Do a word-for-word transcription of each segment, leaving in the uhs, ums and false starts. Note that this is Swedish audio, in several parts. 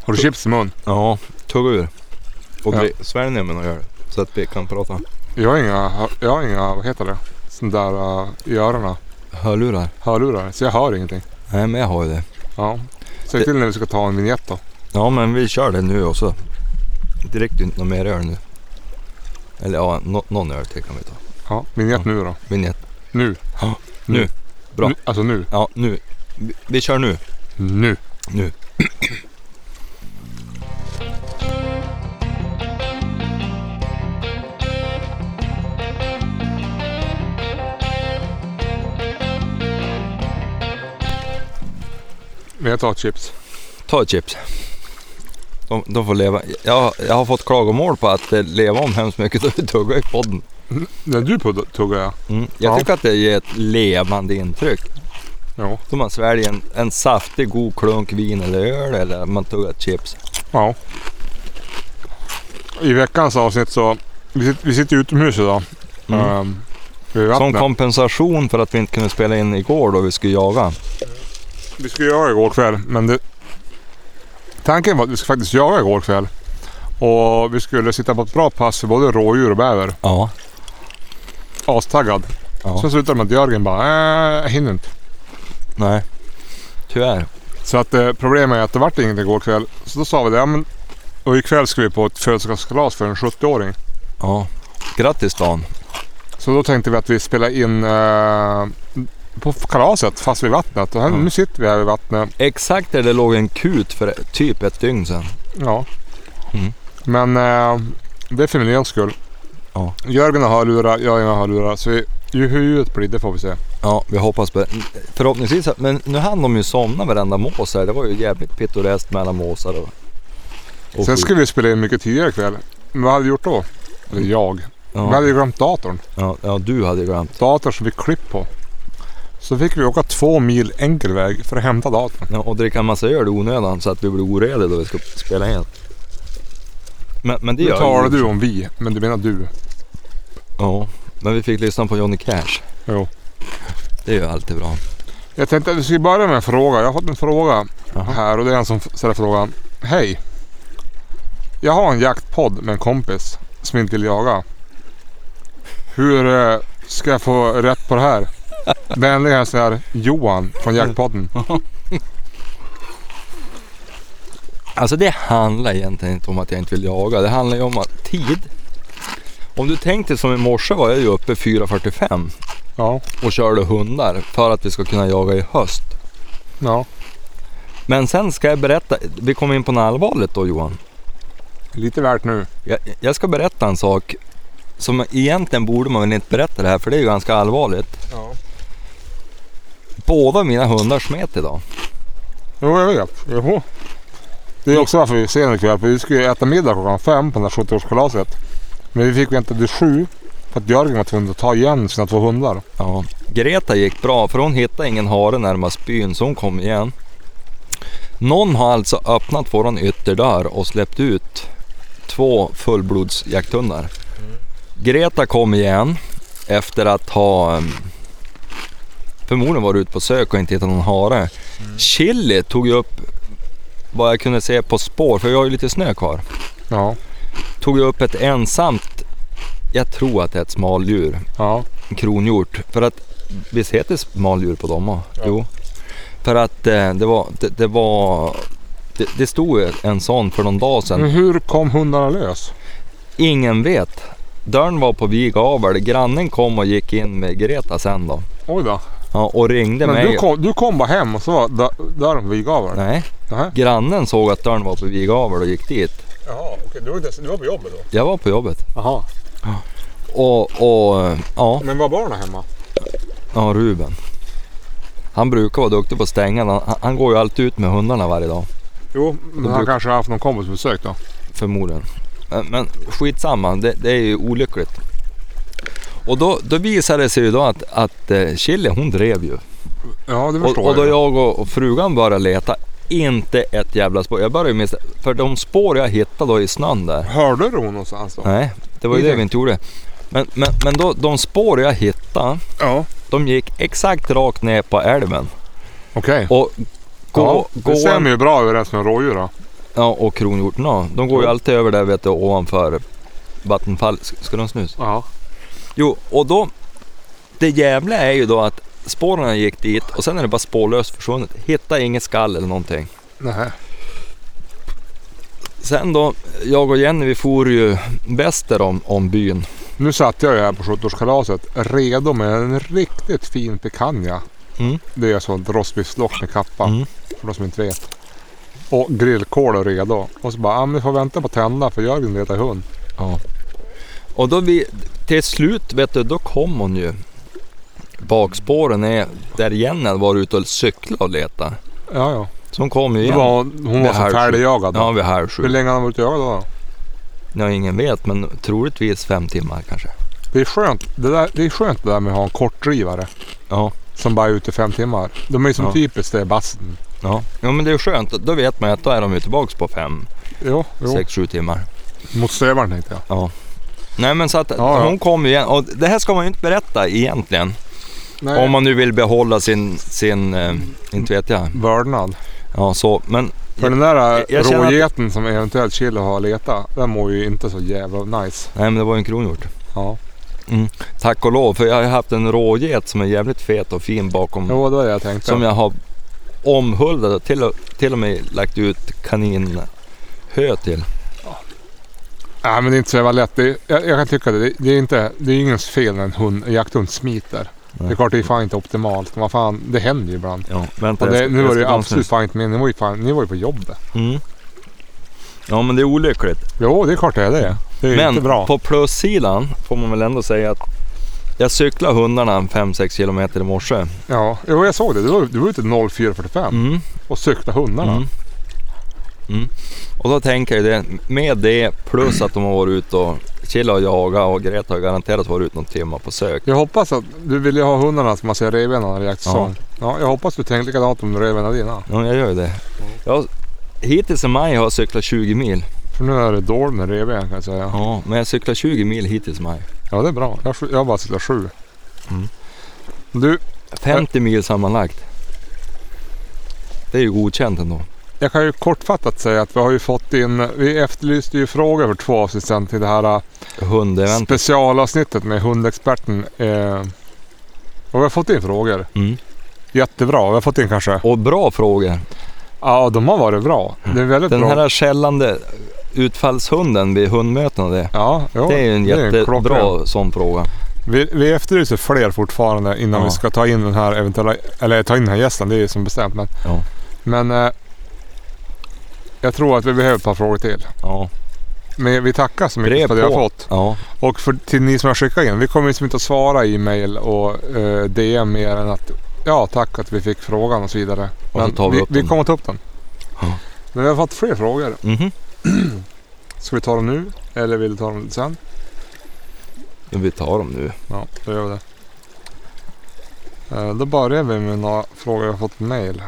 Har du chips i mun? Ja, tugga ur. Och Ja. svälj ner med något gör så att vi kan prata. Jag har inga, jag har inga, vad heter det? Sån där uh, i öronen. Hörlurar. Hörlurar, så jag hör ingenting. Nej, men jag har ju det. Ja. Säg till när vi ska ta en vignett då. Ja, men vi kör det nu också. Direkt inte något mer öl nu. Eller ja, no, någon öl till kan vi ta. Ja, vignett Ja. nu då. Vignett. Nu. Ja, nu. Bra. Nu, alltså nu. Ja, nu. Vi, vi kör nu. Nu. Nu. Men jag tar chips. Ta ett chips. De, de får leva. Jag, jag har fått klagomål på att eh, leva om hemskt mycket och tugga i podden. Mm. När du på tuggar jag. Mm. Jag Ja. tycker att det ger ett levande intryck. Ja. Som man sväljer en, en saftig god klunk vin eller öl eller man tuggar ett chips. Ja. I veckans avsnitt så, vi sitter, vi sitter utomhus idag. Mm. Um, vid Som vattnet. kompensation för att vi inte kunde spela in igår då vi skulle jaga. Vi skulle jaga igår kväll, men det, tanken var att vi skulle faktiskt jaga igår kväll. Och vi skulle sitta på ett bra pass för både rådjur och bäver. Ja. Astaggad. ja. Sen slutade med att Jörgen bara, äh, jag hinner inte. Nej. Tyvärr. Så att eh, problemet är att det vart inget igår kväll. Så då sa vi det, ja, men, och ikväll ska vi på ett födelsedagskalas för en sjuttio-åring. Ja. Grattis Dan. Så då tänkte vi att vi spelar in eh, på kalaset fast vid vattnet. Och här, Mm. nu sitter vi här vid vattnet. Exakt där det låg en kut för typ ett dygn sedan. Ja. Mm. Men eh, det är för miljöns skull. Ja. Jörgen har hörlurar, jag har hörlurar. Så vi, ju huvudet blir det får vi se. Ja, vi hoppas på det. Förhoppningsvis. Men nu hann de ju somna varenda mås här. Det var ju jävligt pittoreskt mellan måsar och... och Sen skit. ska vi spela in mycket tidigare ikväll. Men vad hade vi gjort då? Eller jag. Vi Ja. hade ju glömt datorn. Ja, ja, du hade glömt. Datorn som vi klipp på. Så fick vi åka två mil enkelväg för att hämta datorn. Ja, och dricka en massa öl i onödan så att vi blir orediga då vi ska spela in. Men, men det Nu gör talar ju- du om vi, men du menar du. Ja, men vi fick lyssna på Johnny Cash. Jo. Det är ju alltid bra. Jag tänkte att vi ska börja med en fråga. Jag har fått en fråga Jaha. här och det är en som ställer frågan. Hej. Jag har en jaktpodd med en kompis som inte vill jaga. Hur eh, ska jag få rätt på det här? Vänligen hälsningar Johan från jaktpodden. Alltså det handlar egentligen inte om att jag inte vill jaga. Det handlar ju om att tid. Om du tänkte som i morse var jag ju uppe fyra fyrtiofem Ja. och körde hundar för att vi ska kunna jaga i höst. Ja. Men sen ska jag berätta, vi kommer in på något allvarligt då Johan. Lite värt nu. Jag, jag ska berätta en sak som egentligen borde man väl inte berätta det här för det är ju ganska allvarligt. Ja. Båda mina hundar smet idag. Jo, jag vet. Jo. Det är också varför vi ser en ikväll. För vi ska ju äta middag klockan fem på den här sjuttio-årskalaset. Men vi fick vänta till sju. För att Jörgen var tvungen att ta igen sina två hundar. Ja. Greta gick bra för hon hittade ingen hare närmast byn så hon kom igen. Någon har alltså öppnat våran ytterdörr och släppt ut två fullblodsjakthundar. Mm. Greta kom igen efter att ha um, förmodligen varit ute på sök och inte hittat någon hare. Mm. Chili tog ju upp vad jag kunde se på spår för jag har ju lite snö kvar. Ja. Tog ju upp ett ensamt, jag tror att det är ett smaldjur. Ja. En kronhjort. För att, visst heter smaldjur på dem? Ja. Jo. För att eh, det var, det, det var, det, det stod ju en sån för någon dag sedan. Men hur kom hundarna lös? Ingen vet. Dörren var på vigavel. Grannen kom och gick in med Greta sen då. Oj då. Ja, och ringde Men mig. du kom, du kom bara hem och så var dö- dörren vid gavel? Nej. Nähä. Grannen såg att dörren var på vigavel och gick dit. Jaha, okej. Du var, du var på jobbet då? Jag var på jobbet. Jaha. Och, och ja, Men var barnen hemma? ja, Ruben. Han brukar vara duktig på att stänga. Han, han går ju alltid ut med hundarna varje dag. Jo, men han bruk- kanske har haft någon kompis besök då. Förmodligen. Men, men skitsamma, det, det är ju olyckligt. Och då, då visade det sig ju då att, att eh, Chili, hon drev ju. Ja, det Och, förstår och då jag. jag och, och frugan började leta, inte ett jävla spår. Jag började ju missa, för de spår jag hittade då i snön där. Hörde du hon någonstans då? Nej, det var ju det vi inte gjorde. Men, men, men då, de spår jag hittade, Ja. de gick exakt rakt ner på älven. Okej. Och gå, Ja, gå det stämmer en, ju bra överens med rådjur då. Ja, och kronhjortarna, de går ju alltid över där, vet du, ovanför Vattenfall. Ska de snus? Ja. Jo, och då, det jävla är ju då att spåren gick dit och sen är det bara spårlöst försvunnet. Hitta inget skall eller någonting. Nej. Sen då, jag och Jenny, vi for ju väster om, om byn. Nu satt jag ju här på sjuttonårskalaset redo med en riktigt fin picanha. Mm. Det är så ett rostbiffslock med kappa. Mm. För de som inte vet. Och grillkål och redo. Och så bara, ah, men vi får vänta på att tända för Jörgen letar hund. Ja. Och då vi, till slut, vet du, då kom hon ju. Bakspåren är där Jenny hade varit ute och cykla och leta. Ja, ja. Så hon kom ju igen. Var, hon var så färdigjagad. Ja, vid halv sju. Hur länge har hon varit jagad då? Ja, ingen vet, men troligtvis fem timmar kanske. Det är skönt det, där, det är skönt det där med att ha en kortdrivare. Ja. Som bara är ute fem timmar. De är ju som Ja. typiskt det är bassen. Ja. Ja, men det är skönt. Då vet man att då är de ju tillbaka på fem, Jo, jo. sex, sju timmar. Mot stövaren tänkte jag. Ja. Nej, men så att Ja, ja. hon kom ju igen. Och det här ska man ju inte berätta egentligen. Nej. Om man nu vill behålla sin, sin eh, inte vet jag. Vördnad. Ja, så, men För den där jag- jag känner att- rågeten som eventuellt Chille har letat, den mår ju inte så jävla nice. nej, men det var ju en kronhjort. Ja. Tack och lov, för jag har haft en råget som är jävligt fet och fin bakom. Jo, det var det jag tänkte. Som jag har omhuldat och till, och- till och med lagt ut kaninhö till. Nej, men det är inte så jävla lätt. Det är, jag, jag kan tycka det. Det, det är inte, det är ingens fel när en, hund, en jakthund smiter. Nej. Det är klart det är fan inte optimalt. Men vad fan, det händer ju ibland. Ja, vänta. Och det, jag ska- nu jag var det ju ska absolut dansa. fan inte med. Ni var ju, fan, ni var ju på jobbet. Mm. Ja, men det är olyckligt. Jo, det är klart det är det. Det är Men inte bra. på plussidan får man väl ändå säga att jag cyklar hundarna fem sex kilometer i morse. Ja, jo, jag såg det. Du var, du var ute noll fyra fyrtiofem Mm. och cyklade hundarna. Mm. Mm. Och då tänker jag det, med det plus att de har varit ute och chilla och jaga och Greta har garanterat varit ute någon timme på sök. Jag hoppas att du vill ju ha hundarna som man ser revbenen i jaktsäsong. Ja. jag hoppas du tänkte likadant om revbenen dina. Ja, jag gör ju det. Jag, hittills i maj har jag cyklat tjugo mil. För nu är det dåligt med revben kan jag säga. Ja, Ja, men jag cyklar tjugo mil hittills i maj. det är bra. Jag, jag har bara cyklat sju. Mm. Du, femtio mil sammanlagt. Det är ju godkänt ändå. jag kan ju kortfattat säga att vi har ju fått in, vi efterlyste ju frågor för två avsnitt sedan till det här Hundeventet. specialavsnittet med hundexperten. Eh, och vi har fått in frågor. Mm. Jättebra. Vi har fått in kanske, Och bra frågor. ja de har varit bra. Det är väldigt Den bra. här skällande utfallshunden vid hundmötena, det, Ja, jo, det är ju en jättebra klockren. sån fråga. Vi, vi efterlyser fler fortfarande innan Ja. vi ska ta in den här eventuella, eller ta in den här gästen, det är ju som bestämt. Men, Ja. men eh, jag tror att vi behöver ett par frågor till. Ja. Men vi tackar så mycket Brev för det vi på. har fått. Ja. Och för, till ni som har skickat in, vi kommer liksom inte att svara i mail och eh, D M mer än att ja, tack att vi fick frågan och så vidare. Och Men så tar vi vi, upp vi den. kommer att ta upp den. Ja. Men vi har fått fler frågor. Mhm. Ska vi ta dem nu eller vill du ta dem sen? Men vi tar dem nu. Ja, då gör vi det. Eh, då börjar vi med några frågor jag har fått mail.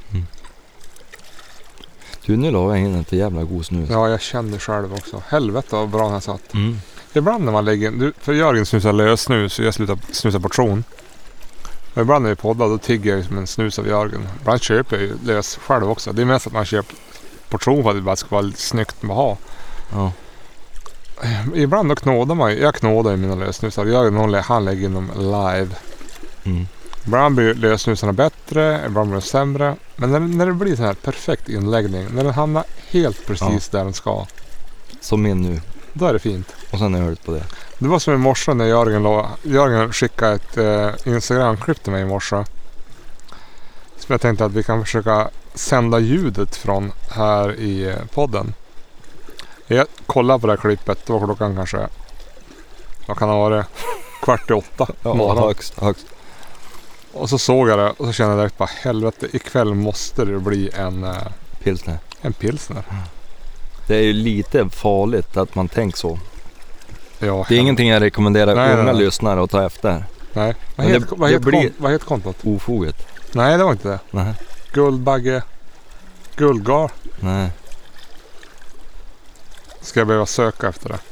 Du, nu la jag in en till jävla god snus. Ja, jag känner själv också. Helvete vad bra den här satt. Mm. Ibland när man lägger in, du, för Jörgen snusar lössnus och jag slutar snusa portion. Och ibland när vi poddar då tigger jag som en snus av Jörgen. Ibland köper jag ju lös själv också. Det är mest att man köper portion för att det bara ska vara lite snyggt att ha. Ja. Ibland då knådar man ju. Jag knådar ju mina lössnusar. Jörgen han, lä- han lägger in dem live. Mm. Ibland blir lössnusarna bättre, ibland blir de sämre. Men när, när det blir så här perfekt inläggning, när den hamnar helt precis där den ska, Som min nu. då är det fint. Och sen har jag hört på det. Det var som i morse när Jörgen, la, Jörgen skickade ett eh, Instagram-klipp till mig i morse. Som jag tänkte att vi kan försöka sända ljudet från här i eh, podden. Jag kollade på det här klippet, då var klockan kanske, vad kan det ha varit, kvart i åtta på Ja, morgonen. högst, högst. Och så såg jag det och så kände jag direkt bara helvete, ikväll måste det bli en, eh, Pilsner. en pilsner. Det är ju lite farligt att man tänker så. Ja, Det är ingenting jag rekommenderar Nej, unga nej, nej. lyssnare att ta efter. Nej. Vad Men heter, det- vad, det heter blir- kon, vad heter kontot? Ofoget. Nej, det var inte det. Nej. Guldbagge. Guldgar. Nej. Ska jag behöva söka efter det?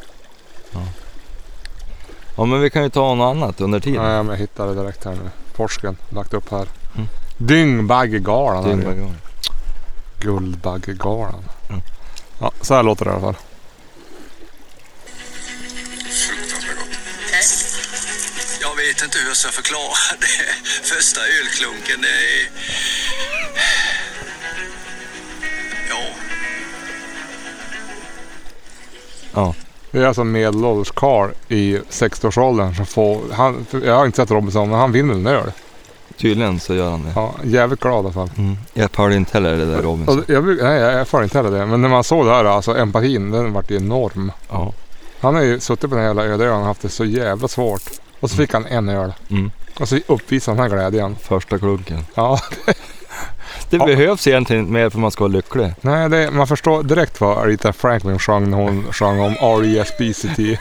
Ja, men vi kan ju ta något annat under tiden. Nej, men jag hittade det direkt här nu. Forsken lagt upp här. Mm. Dyngbaggegalan. är det ju. Dyngbaggegalan. Guldbaggegalan. Mm. Ja, så här låter det i alla fall. Fruktansvärt gott. Jag vet inte hur jag ska förklara det. Första ölklunken, det är... Ja. Ja. Det är alltså en medelålders karl i sextioårsåldern som får... Han, jag har inte sett Robinson, men han vinner en öl. Tydligen så gör han det. Ja, jävligt glad i alla fall. Mm. Jag följer inte heller det där Robinson. Och jag, bruk- nej, jag, jag får inte heller det. Men när man såg det här, alltså empatin, den vart ju enorm. Ja. Han har ju suttit på den här jävla öde ön, han har haft det så jävla svårt. Och så fick han en öl. Mm. Och så uppvisade han den här glädjen. Första klunken. Ja, Det Ja. behövs egentligen inte mer för att man ska vara lycklig. nej, det, man förstår direkt vad Aretha Franklin sjöng när hon sjöng om R E S B C T.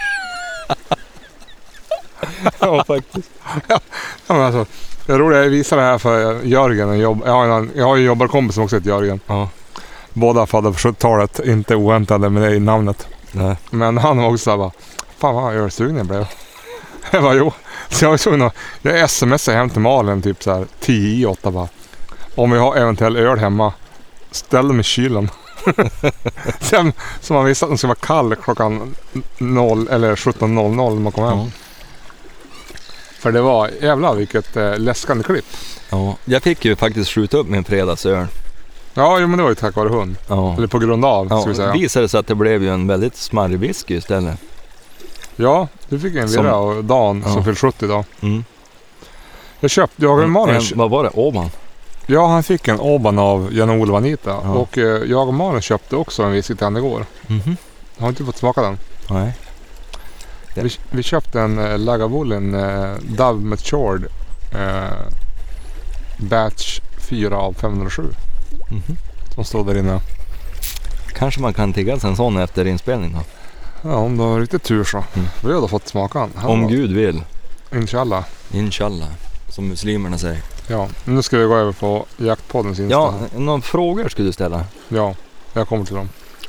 Ja, faktiskt. Ja, men alltså, det roliga är att visa det här för Jörgen. En jobb, jag, har en, jag har ju jobbarkompis som också heter Jörgen. Ja. Båda födda på sjuttiotalet, inte oväntade med det i namnet. Nej. Men han var också såhär bara, fan vad ölsugen jag blev. Jag bara, jo. Så jag var tvungen att, jag smsade hem till Malin typ såhär tio i åtta bara. Om vi har eventuell öl hemma, ställ dem i kylen. Sen, så man visste att den skulle vara kall klockan noll eller sjutton noll noll när man kom hem. Ja. För det var, jävlar vilket eh, läskande klipp. Ja. Jag fick ju faktiskt skjuta upp min fredagsöl. Ja, jo, men det var ju tack vare hund. Ja. Eller på grund av, ska vi Ja, säga. visade sig att det blev ju en väldigt smarrig whisky istället. Ja, du fick en Som- virra av Dan Ja. som fyllde sjuttio idag. Mm. Jag köpte, jag och Malin, En, vad var det? Åban? ja han fick en Oban av Jan-Olof Anita. Ja. Och eh, jag och Malin köpte också en whisky till han igår. Mhm. Jag har inte fått smaka den. Nej. Vi, vi köpte en eh, Lagavulin eh, Dove Matured eh, Batch fyra av femhundrasju. Mhm. Som står där inne. Kanske man kan tigga sig en sån efter inspelning då. Ja, om du har riktigt tur så. Mm. Vi har då fått smaka den. Han Om var- Gud vill. Inshallah. Inshallah. Som muslimerna säger. Ja, nu ska vi gå över på Jaktpoddens Insta. Ja, några frågor skulle du ställa. ja, jag kommer till dem.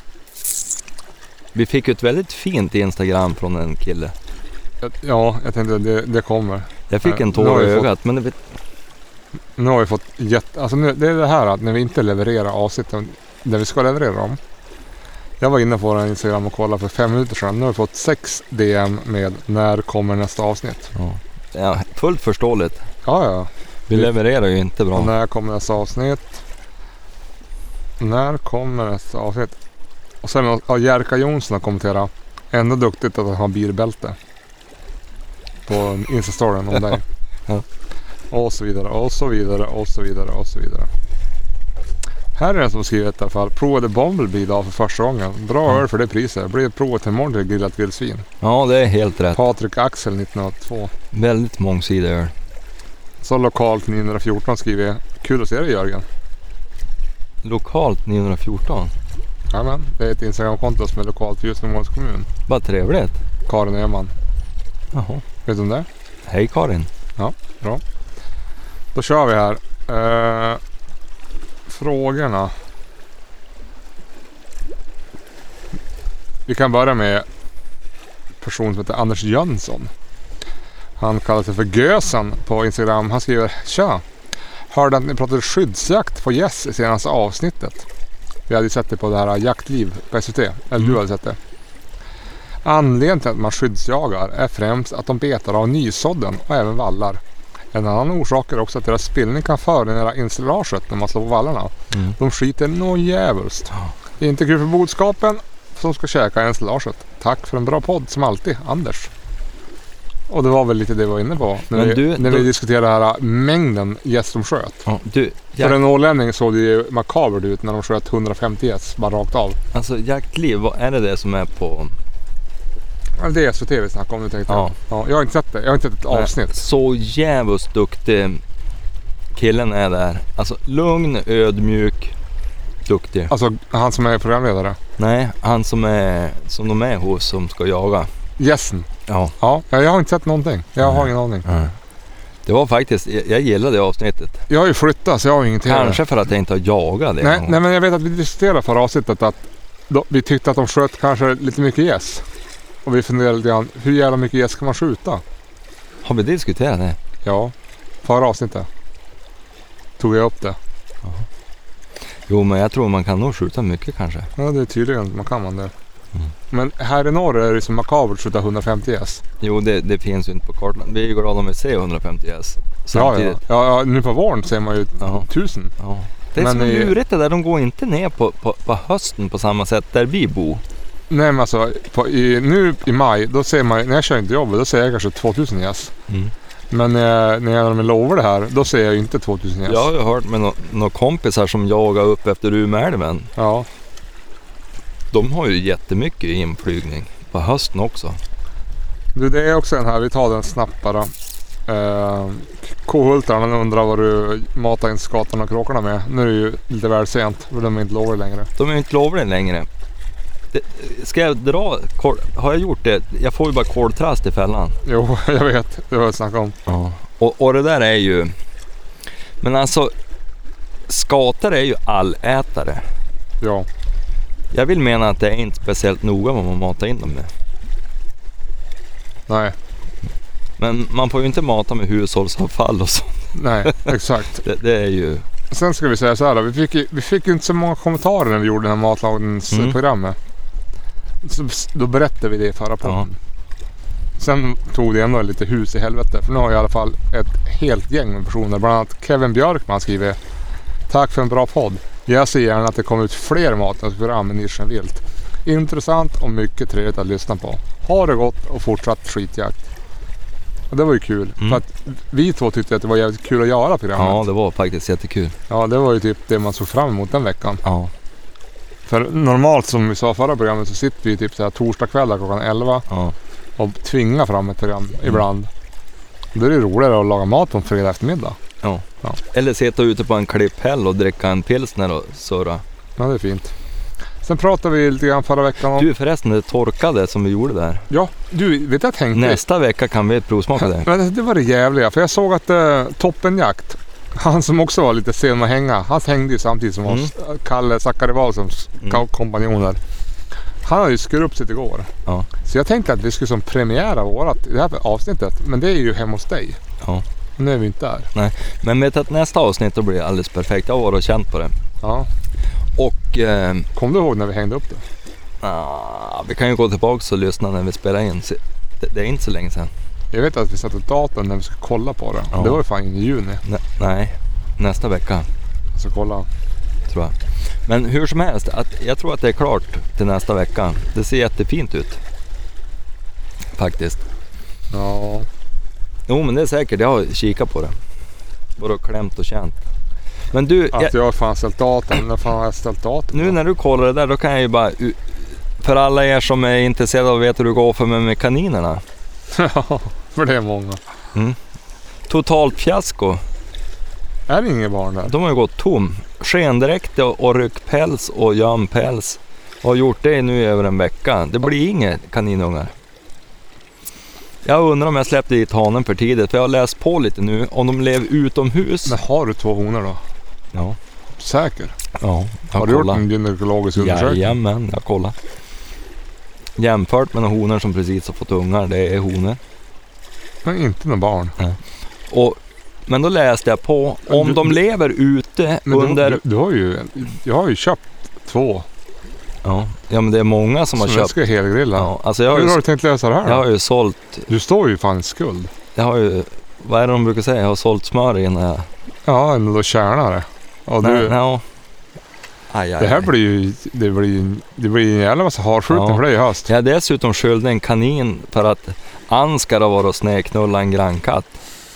Vi fick ju ett väldigt fint Instagram från en kille. Ja, jag tänkte att det, det kommer. Jag fick Nej, en nu tår har i vi fått- ögat. Men det vet... Nu har vi fått jätte... Alltså nu, det är det här att när vi inte levererar avsnitten där vi ska leverera dem. Jag var inne på den Instagram och kollade för fem minuter sedan. Nu har vi fått sex D M med när kommer nästa avsnitt. Ja. Ja, fullt förståeligt. Ja, ja. Vi levererar ju inte Och bra. när kommer nästa avsnitt? När kommer nästa avsnitt? Och sen har Jerka Jonsson kommenterat. Ändå duktigt att ha bilbälte. På Insta-storyn om dig. Ja. Och så vidare, och så vidare, och så vidare, och så vidare. Här är det som skrivit i alla fall. Provade Bumblebee idag för första gången. Bra Mm. öl för det priset. Blir provat till imorgon till grillat vildsvin. Ja, det är helt rätt. Patrik Axel nittonhundratvå. Väldigt mångsidig öl. Så lokalt niohundrafjorton skriver. Kul att se dig Jörgen. Lokalt niohundrafjorton. Jajamän, det är ett Instagramkonto som är lokalt för just Måns kommun. Vad trevligt. Karin Öhman. Jaha. Vet du om det är? Hej Karin. Då kör vi här. Eh, frågorna. Vi kan börja med person som heter Anders Jönsson. Han kallar sig för Gösen på Instagram. Han skriver: Tja! Hörde att ni pratade skyddsjakt på gäss i senaste avsnittet. Vi hade ju sett det på det här Jaktliv på S V T. Eller Mm. du hade sett det. Anledningen till att man skyddsjagar är främst att de betar av nysådden och även vallar. En annan orsak är också att deras spillning kan förorena installaget när man slår på vallarna. Mm. De skiter nog jävulst. Det är inte kul för boskapen som ska käka installaget. Tack för en bra podd som alltid, Anders. Och det var väl lite det vi var inne på. När, Men vi, du- när då- vi diskuterade det här mängden gäss de sköt. Ja, du, För jak- en ålänning såg det ju makabert ut när de sköt hundrafemtio gäss bara rakt av. alltså Jaktliv, vad är det det som är på... Ja, det är S V T vi snackar om nu tänkte Ja. jag. Ja, jag har inte sett det. Jag har inte sett ett avsnitt. Så jävligt duktig killen är där. Alltså lugn, ödmjuk, duktig. Alltså han som är programledare. Nej, han som är som de är hos som ska jaga. Gässen. Ja. Ja, jag har inte sett någonting. Jag har Nej. ingen aning. Mm. Det var faktiskt, jag, jag gillade det avsnittet. Jag har ju flyttat så jag har ingenting. Kanske för att jag inte har jagat det. Nej, någon nej, men jag vet att vi diskuterade förra avsnittet att då, vi tyckte att de sköt kanske lite mycket gäss. Och vi funderade lite grann, hur jävla mycket gäss kan man skjuta? Har vi diskuterat det? Ja, förra avsnittet tog jag upp det. Jo, men jag tror man kan nog skjuta mycket kanske. Ja, det är tydligen man kan man det. Mm. Men här i norr är det som makabert att skjuta hundrafemtio gäss. Jo, det, det finns ju inte på kartan. Vi är ju glada om vi ser hundrafemtio gäss Ja, ja. samtidigt. ja, ja, nu på våren ser man ju Ja. tusen. Ja. Det är Men så i- lurigt det där. De går inte ner på, på, på hösten på samma sätt där vi bor. Nej, men alltså på, i, nu i maj, då ser man, när jag kör inte jobbet, då ser jag kanske tvåtusen gäss. Mm. Men när jag, när jag lovar det här, då ser jag ju inte tvåtusen gäss. Jag har ju hört med några nå kompisar som jagar upp efter Umeälven. Ja. De har ju jättemycket inflygning på hösten också. Du, det är också den här, vi tar den snabbt bara. Uh, Kohultarna, han undrar vad du matar in skatan och kråkorna med. Nu är det ju lite väl sent, för de är inte lovar längre. De är ju inte lovliga längre. Det, ska jag dra? Kol, har jag gjort det? Jag får ju bara koltrast i fällan. Jo, jag vet, det var jag snackade om. Ja. Och, och det där är ju... Men alltså, skator är ju allätare. Ja. Jag vill mena att det är inte speciellt noga vad man matar in dem med. Nej, Men man får ju inte mata med hushållsavfall och så. nej, exakt. Det, det är ju... Sen ska vi säga så här då, vi fick, ju- vi fick ju inte så många kommentarer när vi gjorde det här matlagningsprogrammet. Så då berättade vi det i förra podden. Sen tog det ändå lite hus i helvete, för nu har jag i alla fall ett helt gäng med personer. Bland annat Kevin Björkman skriver: tack för en bra podd. Jag ser gärna att det kommer ut fler matlagningsprogram med nischen vilt. Intressant och mycket trevligt att lyssna på. Ha det gott och fortsatt skitjakt. Och det var ju kul. Mm. För att vi två tyckte att det var jävligt kul att göra programmet. Ja, det var faktiskt jättekul. Ja, det var ju typ det man såg fram emot den veckan. Ja. För normalt, som vi sa i förra programmet, så sitter vi typ så här torsdagskvällar klockan elva Ja. och tvingar fram ett program ibland. Då är det roligare att laga mat på en fredag eftermiddag. Ja. Ja. Eller sitta ute på en klipphäll och dricka en pilsner och surra. Ja, det är fint. Sen pratade vi lite grann förra veckan om... Du förresten, det torkade som vi gjorde där. Ja, du, vet jag tänkte... Nästa vecka kan vi provsmaka det. Men det var det jävliga, för jag såg att uh, Toppenjakt, han som också var lite sen att hänga, han hängde ju samtidigt som Mm. oss, Kalle Zackari som Mm. kompanjoner. Han har ju skurit upp sitt igår. Ja. Så jag tänkte att vi skulle som premiära vårat, det här avsnittet, men det är ju hemma hos dig. Ja. Nu är vi inte där. Men vet att nästa avsnitt då blir det alldeles perfekt. Jag har varit och känt på det. Ja. Och eh, Kom du ihåg när vi hängde upp det? ah, vi kan ju gå tillbaka och lyssna när vi spelar in. Så Det, det är inte så länge sedan. Jag vet att vi satte ett datum när vi ska kolla på det. Ja. Det var ju fan i juni. Nä, nej, nästa vecka Så kolla. tror jag. Men hur som helst, att jag tror att det är klart till nästa vecka. Det ser jättefint ut. Faktiskt. Ja. Jo, men det är säkert. Jag har kikat på det. Bara klämt och känt. Men du, jag, Att jag har fan ställt datum. När fan har jag ställt datum? nu när du kollar det där, då kan jag ju bara... För alla er som är intresserade av att veta hur det går för med, med kaninerna. Ja, för det är många. Totalt fiasko. Är det inga barn där? De har ju gått tom. Skendräkt och, och ryckpäls och gömpäls. Och har gjort det nu i över en vecka. Det blir inga kaninungar. Jag undrar om jag släppte dit hanen för tidigt. För jag har läst på lite nu. Om de lever utomhus. Men har du två honor då? Ja. Säker? Ja. Jag Har du gjort kollat. en gynekologisk undersökning? Jajamän, jag kollar. Jämfört med några honor som precis har fått ungar. Det är honor. Men inte några barn. Och, men då läste jag på. Om Du- de lever ute Men under... du, du, du har ju... Jag har ju köpt två. Ja. ja, men det är många som har Som jag köpt. ska helgrilla. Ja, alltså jag har Hur ju, har du tänkt lösa det här jag då? har ju sålt... Du står ju fan i skuld. Jag har ju... Vad är det de brukar säga? Jag har sålt smör innan jag... Ja, en då tjänare. Och Nej, du, nej. Aj, aj, det här aj. blir ju... Det blir, det blir en jävla massa harskjutning Ja. för dig i höst. Jag har dessutom skyldig en kanin för att Anskar har varit och snäknulla en grannkatt.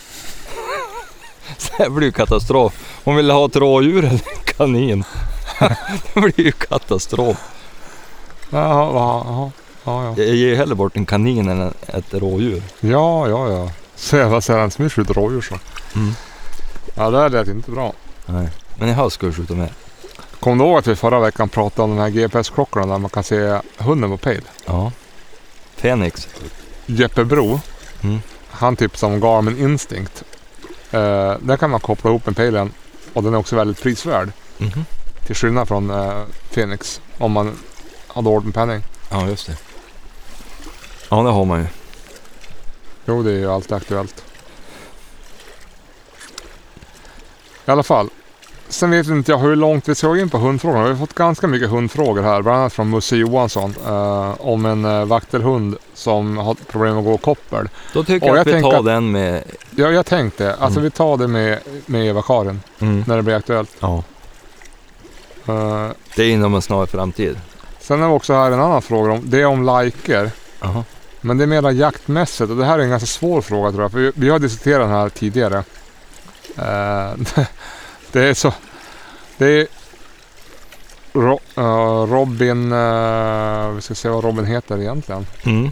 Så det blir ju katastrof. Hon ville ha ett rådjur eller en kanin. Det blir ju katastrof. Jaha, jaha, ja, ja. Jag ger hellre bort en kanin än ett rådjur. Ja, ja, ja. Så jävla sällan som vi skjuter rådjur så. Mm. Ja, det här lät inte bra. Nej. Men i höst ska vi skjuta med. Kom du ihåg att vi förra veckan pratade om de här G P S-klockorna där man kan se hunden på pejl? Ja. Fenix. Jeppe Bro, Mm. han tipsade om Garmin Instinct. Uh, där kan man koppla ihop med pejlen och den är också väldigt prisvärd. Mhm. Till skillnad från uh, Fenix om man har dåligt med penning. Ja, just det. Ja, det har man ju. Jo, det är ju alltid aktuellt. I alla fall. sen vet inte jag hur långt vi ska gå in på hundfrågorna. Vi har fått ganska mycket hundfrågor här. Bland annat från Musse Johansson. Uh, om en uh, vaktelhund som har problem med att gå koppel. Då tycker Och jag att jag vi tar tänker att- den med... Ja, jag tänkte. Alltså Mm. vi tar det med, med Eva-Karin. Mm. När det blir aktuellt. Ja. Uh, Det är inom en snar framtid. sen har vi också här en annan fråga. Om, det är om liker. Aha. Men det är mer jaktmässigt. Och det här är en ganska svår fråga tror jag. För vi, vi har diskuterat den här tidigare. Uh, det är så... Det är... Ro, uh, Robin... Uh, vi ska se vad Robin heter egentligen. Mm.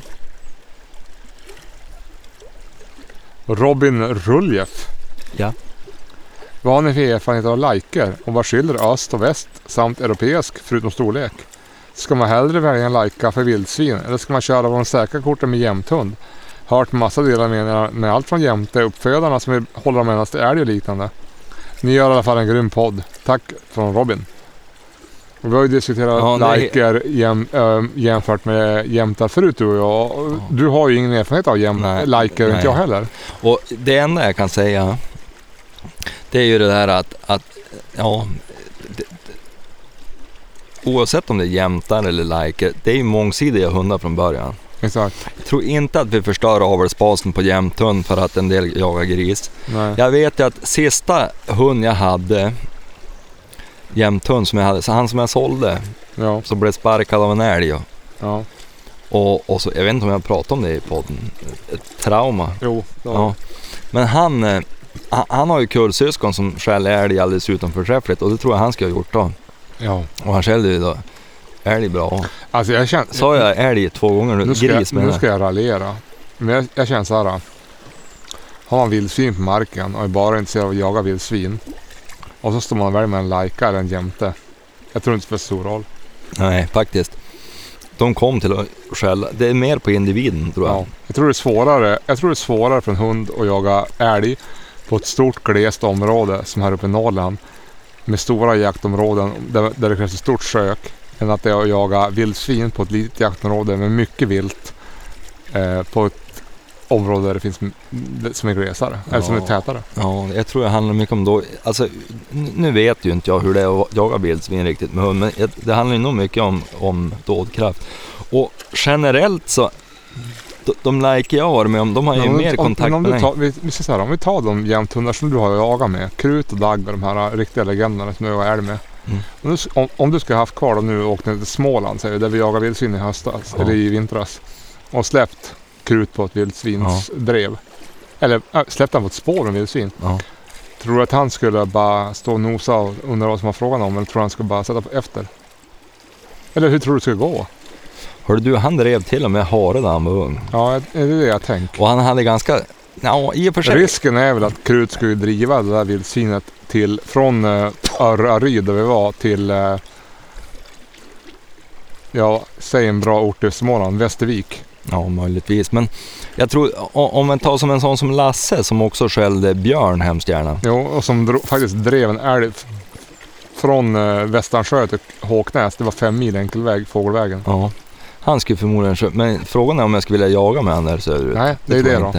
Robin Ruljef. Ja. Vad har ni för erfarenheter av liker? Och vad skiljer öst och väst samt europeisk förutom storlek? Ska man hellre välja en lajka för vildsvin eller ska man köra på de säkra korten med jämthund? Hört massa delar med, med allt från jämte uppfödarna som vill hålla dem endast till älg och liknande. Ni gör i alla fall en grym podd. Tack från Robin. Och vi har ju diskuterat Ja, det är- liker jäm, äh, jämfört med jämtar förut du och jag. Och Ja. Du har ju ingen erfarenhet av jäm, Nej, liker, inte nej. jag heller. Och det enda jag kan säga, det är ju det där att, att ja, det, det, oavsett om det är jämtar eller liker, det är ju mångsidiga hundar från början. Exakt. Jag tror inte att vi förstör avelsbasen på jämthund för att en del jagar gris. Nej. Jag vet ju att sista hund jag hade, jämthund som jag hade, så han som jag sålde, Ja. så blev sparkad av en älg. Och, Ja. och, och så, jag vet inte om jag pratade om det i podden, ett trauma. Jo. Ja. Ja. Men han, eh, han, han har ju kullsyskon som skäller älg alldeles utanför träffligt, och det tror jag han ska ha gjort då. Ja. Och han skällde ju då älg bra. Alltså jag känner... Sa jag älg två gånger nu? Nu ska, Gris jag, menar nu ska jag raljera. Men jag, jag känner så här. Har man vildsvin på marken och är bara intresserad av att jaga vildsvin. Och så står man och väljer med en lajka eller en jämte. Jag tror inte det spelar stor roll. Nej, faktiskt. De kom till att skälla. Det är mer på individen, tror jag. Ja. Jag tror det är svårare. Jag tror det är svårare för en hund att jaga älg på ett stort glest område som här uppe i Norrland. Med stora jaktområden där, där det krävs ett stort sök. Än att det är att jaga vildsvin på ett litet jaktområde med mycket vilt. Eh, på ett område där det finns m- som är glesare. Eller som är Ja. tätare. Ja, jag tror det handlar mycket om då. Alltså, n- nu vet ju inte jag hur det är att jaga vildsvin riktigt med hund, men jag- det handlar ju nog mycket om, om dådkraft. Och generellt så, de, de liker jag har varit med om, de har ju Men om, mer om, kontakt men om, med du mig. tar, vi, vi ska säga, om vi tar de jämthundar som du har jagat med. Krut och Dagber, de här riktiga legenderna som du har älg med. Mm. Om, du, om, om du ska ha haft kvar dem nu och åkt ner till Småland, säger vi, där vi jagar vildsvin i höstas, Ja. eller i vintras. Och släppt krut på ett vildsvins drev. Eller äh, släppt han på ett spår med vildsvin. Ja. Tror du att han skulle bara stå och nosa och undra vad som var frågan om? Eller tror du han skulle bara sätta på efter? Eller hur tror du det skulle gå? Hörde du, han drev till och med hare när han var ung. Ja, det är det jag tänker. Och han hade ganska, ja, i och för sig. Risken är väl att Krut skulle driva det där vildsvinet till, från uh, Örraryd där vi var till, uh, ja, säg en bra ort i Småland, Västervik. Ja, möjligtvis. Men jag tror, o- om man tar som en sån som Lasse som också skällde björn hemskt gärna. Jo, och som dro, faktiskt drev en älg f- från uh, Västernsjö till Håknäs. Det var fem mil enkelväg, fågelvägen. Ja, han skulle förmodligen köpa. Men frågan är om jag skulle vilja jaga med han där söderut. Nej, det är tror det jag då. inte.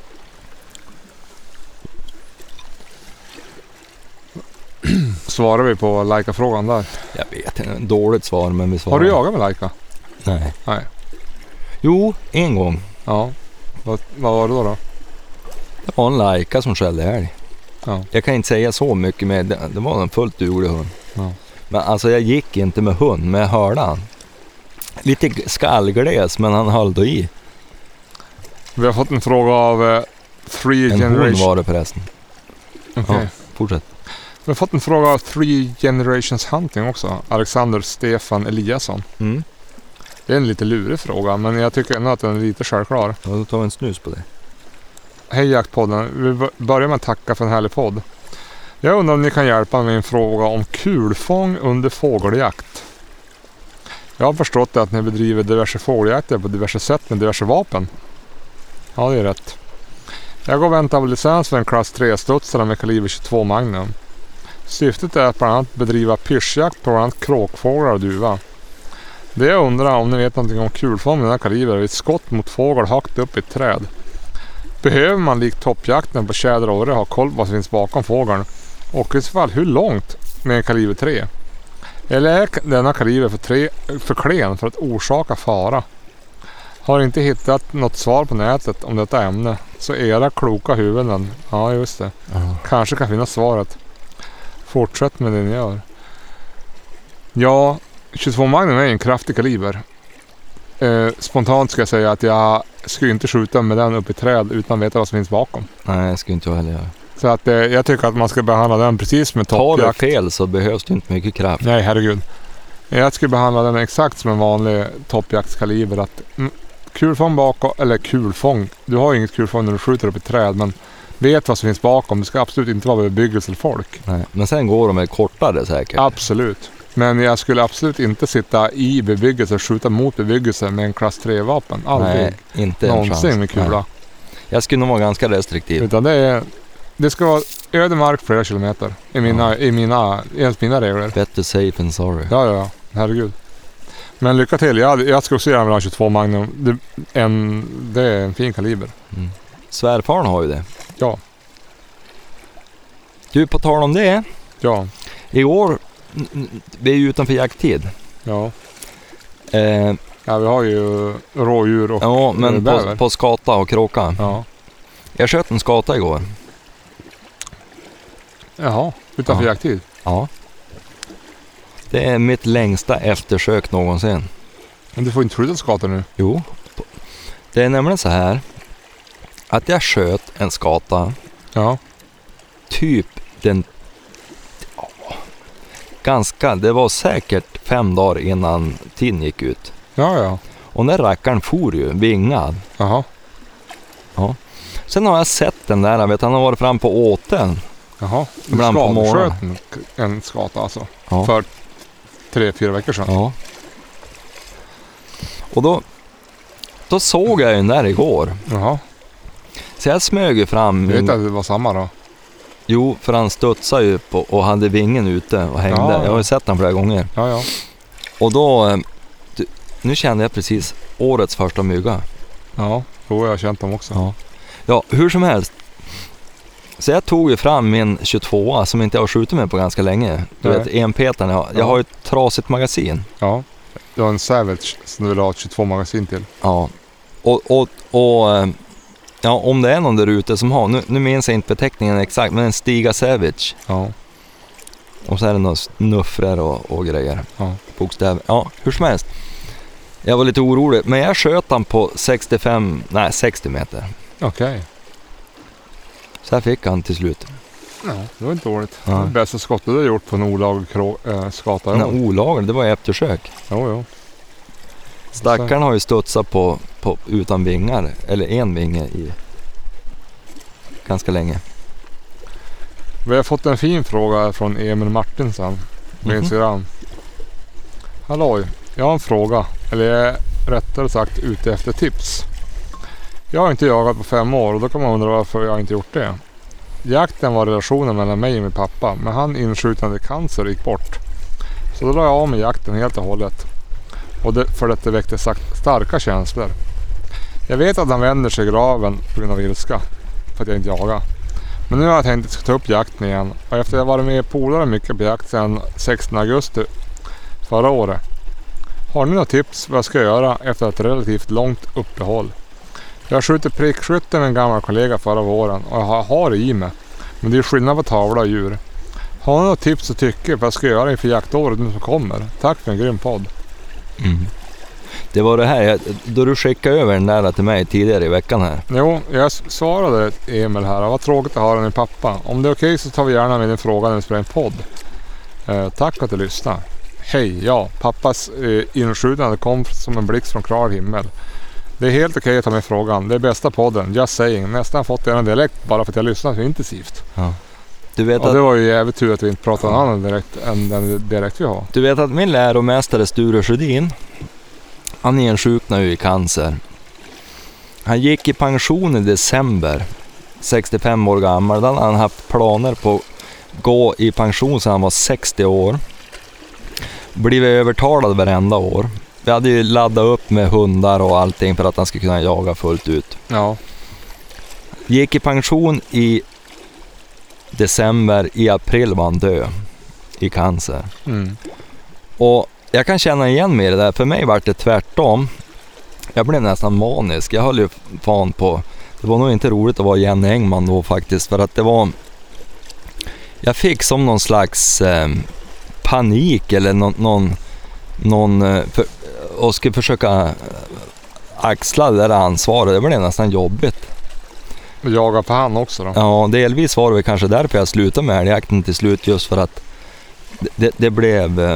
Svarar vi på Laika-frågan där. Jag vet inte, dåligt svar men vi svarar. Har du jagat med Laika? Nej. Nej. Jo, en gång. Ja. Vad, vad var det då? då? Det var en lajka som skällde älg. Ja. Jag kan inte säga så mycket med det. Det var en fullt duglig hund. Ja. Men alltså jag gick inte med hund, men jag hörde han. Lite skallgles, men han höll då i. Vi har fått en fråga av uh, Three En hund Generations. var det förresten. Okej. Ja, fortsätt. Vi har fått en fråga av Three Generations Hunting också. Alexander Stefan Eliasson. Mm. Det är en lite lurig fråga, men jag tycker ändå att den är lite självklar. Ja, då tar vi en snus på det. Hej Jaktpodden. Vi b- börjar med att tacka för en härlig podd. Jag undrar om ni kan hjälpa med en fråga om kulfång under fågeljakt. Jag har förstått att ni bedriver diverse fågeljakter på diverse sätt med diverse vapen. Ja, det är rätt. Jag går och väntar på licens för en klass tre-studsare med kaliber tjugotvå Magnum. Syftet är att bland annat bedriva pyschjakt på bland annat kråkfåglar och duva. Det jag undrar om ni vet någonting om kulfång med den här kaliber vid ett skott mot fågel högt upp i ett träd. Behöver man likt toppjakten på tjäder och orre ha koll på vad som finns bakom fågeln? Och i så fall hur långt med kaliber tre? Eller är denna kaliber för, tre, för klen för att orsaka fara? Har inte hittat något svar på nätet om detta ämne, så era kloka huvuden, ja just det, Ja. kanske kan finna svaret. Fortsätt med det ni gör. Ja, tjugotvå Magnum är en kraftig kaliber. Eh, spontant ska jag säga att jag skulle inte skjuta med den upp i träd utan veta vad som finns bakom. Nej, jag skulle inte jag heller göra. Så att eh, jag tycker att man ska behandla den precis med Tar du toppjakt. fel så behövs det inte mycket kraft. Nej, herregud. Jag skulle behandla den exakt som en vanlig toppjaktskaliber. Att mm, kulfång bakom, eller kulfång. Du har ju inget kulfång när du skjuter upp i träd, men vet vad som finns bakom. Det ska absolut inte vara bebyggelse eller folk. Nej. Men sen går de med kortare säkert. Absolut. Men jag skulle absolut inte sitta i bebyggelse och skjuta mot bebyggelse med en klass tre-vapen. Aldrig. Nej, inte en chans. Någonsin med kula. Nej. Jag skulle nog vara ganska restriktiv. Utan det är... Det ska vara öde mark flera kilometer. I mina, Ja. i mina, enligt mina regler. Better safe than sorry. Ja, ja, ja. Herregud. Men lycka till. Jag, jag ska också gärna vilja ha tjugotvå Magnum. Det, en, det är en fin kaliber. Mm. Svärfaren har ju det. Ja. Du, på tal om det. Ja. I år, n- n- vi är ju utanför jakttid. Ja. Eh, Ja, vi har ju rådjur och ja, men bäver. på, på skata och kråka. Ja. Jag sköt en skata igår. Jaha, utanför Ja. jakttid. Ja. Det är mitt längsta eftersök någonsin. Men du får inte skjuta skata nu. Jo. Det är nämligen så här att jag sköt en skata Ja. typ den ja, ganska, det var säkert fem dagar innan tiden gick ut. Ja, ja. Och den rackaren for ju vingad. Jaha. Sen har jag sett den där, vet han har varit fram på åten. Jaha. Du Ibland på morgonen. skadesköt en, en skata alltså. Ja. För tre, fyra veckor sedan. Ja. Och då då såg jag ju den där igår. Jaha. Så jag smög ju fram. Jag vet att det var samma då. Jo, för han studsade ju på och hade vingen ute och hängde. Ja, ja. Jag har ju sett han flera gånger. Ja, ja. Och då, eh, du, nu kände jag precis årets första mygga. Ja, då har jag känt dem också. Ja. Ja, hur som helst. Så jag tog ju fram min tjugotvåa som inte jag har skjutit med på ganska länge. Du Nej. vet, enpetaren. Jag, jag Ja. har ju ett trasigt magasin. Ja. Du har en Savage som du vill ha tjugotvå magasin till. Ja. Och, och, och eh, ja, om det är någon där ute som har, nu, nu minns jag inte beteckningen exakt, men en Stiga Savage. Ja. Och så är det några snuffror och, och grejer. Ja. Bokstäver. Ja, hur som helst. Jag var lite orolig, men jag sköt han på sextiofem, nej sextio meter. Okej. Så här fick han till slut. Ja, det var inte dåligt. Ja. Det var det bästa skottet du har gjort på en olaglig krå- äh, skata. Den Ja. här olaglig, det var ju eftersök. Jo, jo. Stackaren har ju studsat på, på utan vingar, eller en vinge i ganska länge. Vi har fått en fin fråga från Emil Martinsson på Mhm. Instagram. Halloj, jag har en fråga. Eller jag är rättare sagt ute efter tips. Jag har inte jagat på fem år och då kan man undra varför jag inte gjort det. Jakten var relationen mellan mig och min pappa, men han insjuknade cancer och gick bort. Så då la jag av med jakten helt och hållet. Och det, för att det väckte sak- starka känslor. Jag vet att han vänder sig i graven på grund av ilska. För att jag inte jagar. Men nu har jag tänkt att jag ska ta upp jakten igen. Och efter att jag varit med polare mycket på jakt sedan sextonde augusti förra året. Har ni några tips vad jag ska göra efter ett relativt långt uppehåll? Jag har skjutit prickskytte med en gammal kollega förra våren och jag har, har det i mig. Men det är skillnad på tavla och djur. Har ni några tips och tycker vad jag ska göra inför jaktåret nu som kommer? Tack för en grym podd. Mm. Det var det här, jag, då du skickade över den där till mig tidigare i veckan här. Jo, jag svarade Emil här. Vad tråkigt att höra min pappa. Om det är okej så tar vi gärna med din fråga när vi spelar en podd. Eh, tack att du lyssnar. Hej, ja, pappas eh, inskjutande kom som en blixt från klar himmel. Det är helt okej att ta med frågan. Det är bästa podden, just saying. Nästan fått en dialekt bara för att jag lyssnar så intensivt. Ja. Du vet Och att det var ju jävligt tur att vi inte pratade en annan direkt än den direkt vi har. Du vet att min läromästare Sture Sjödin, han insjuknade ju i cancer. Han gick i pension i december, sextiofem år gammal. Då hade han haft planer på att gå i pension sedan han var sextio år. Blivit övertalad varenda år. Vi hade ju laddat upp med hundar och allting för att han skulle kunna jaga fullt ut. Ja, Gick i pension i december, i april var han död. i cancer. Mm. Och jag kan känna igen mig i det där. För mig var det tvärtom. Jag blev nästan manisk. Jag höll ju fan på... Det var nog inte roligt att vara Jenny Engman då faktiskt. För att det var... Jag fick som någon slags eh, panik eller någon... någon, någon eh, för, och skulle försöka axla det där ansvaret. Det blev nästan jobbigt. Och jaga på han också då? Ja, delvis var det väl kanske därför jag slutade med älgjakten till slut. Just för att det, det blev... Eh,